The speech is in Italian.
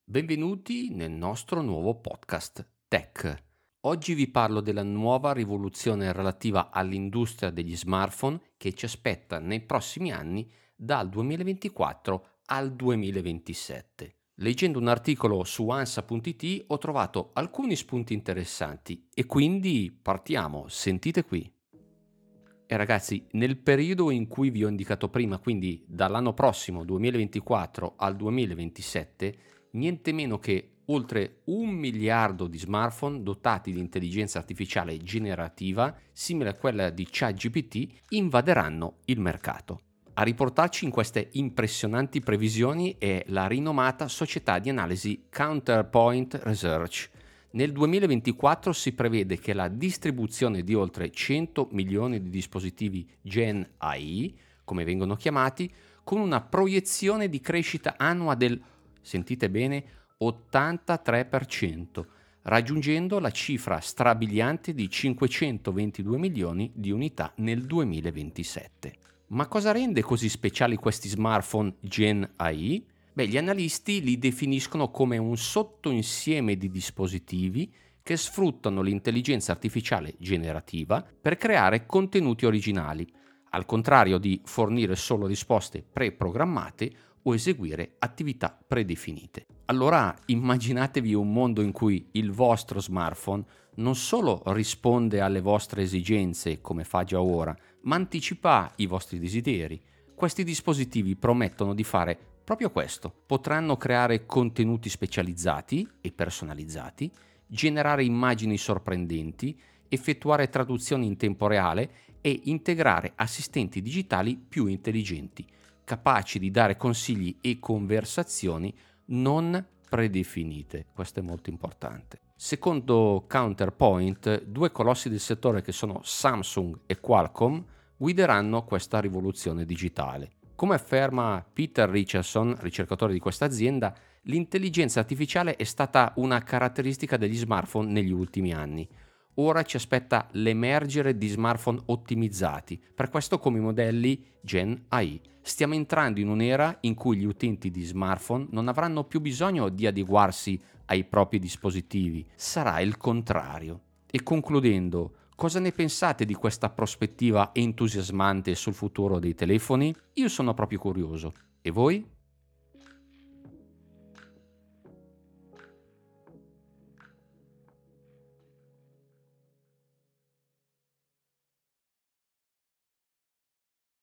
Benvenuti nel nostro nuovo podcast Tech. Oggi vi parlo della nuova rivoluzione relativa all'industria degli smartphone che ci aspetta nei prossimi anni dal 2024 al 2027. Leggendo un articolo su ansa.it ho trovato alcuni spunti interessanti e quindi partiamo, sentite qui. E ragazzi, nel periodo in cui vi ho indicato prima, quindi dall'anno prossimo 2024 al 2027, niente meno che oltre 1 miliardo di smartphone dotati di intelligenza artificiale generativa, simile a quella di ChatGPT, invaderanno il mercato. A riportarci in queste impressionanti previsioni è la rinomata società di analisi Counterpoint Research. Nel 2024 si prevede che la distribuzione di oltre 100 milioni di dispositivi Gen AI, come vengono chiamati, con una proiezione di crescita annua del, sentite bene, 83%, raggiungendo la cifra strabiliante di 522 milioni di unità nel 2027. Ma cosa rende così speciali questi smartphone Gen AI? Gli analisti li definiscono come un sottoinsieme di dispositivi che sfruttano l'intelligenza artificiale generativa per creare contenuti originali, al contrario di fornire solo risposte preprogrammate o eseguire attività predefinite. Allora immaginatevi un mondo in cui il vostro smartphone non solo risponde alle vostre esigenze come fa già ora, ma anticipa i vostri desideri. Questi dispositivi promettono di fare proprio questo. Potranno creare contenuti specializzati e personalizzati, generare immagini sorprendenti, effettuare traduzioni in tempo reale e integrare assistenti digitali più intelligenti, capaci di dare consigli e conversazioni non predefinite. Questo è molto importante. Secondo Counterpoint, due colossi del settore che sono Samsung e Qualcomm guideranno questa rivoluzione digitale. Come afferma Peter Richardson, ricercatore di questa azienda, l'intelligenza artificiale è stata una caratteristica degli smartphone negli ultimi anni. Ora ci aspetta l'emergere di smartphone ottimizzati, per questo come i modelli Gen AI. Stiamo entrando in un'era in cui gli utenti di smartphone non avranno più bisogno di adeguarsi ai propri dispositivi, sarà il contrario. E concludendo, cosa ne pensate di questa prospettiva entusiasmante sul futuro dei telefoni? Io sono proprio curioso. E voi?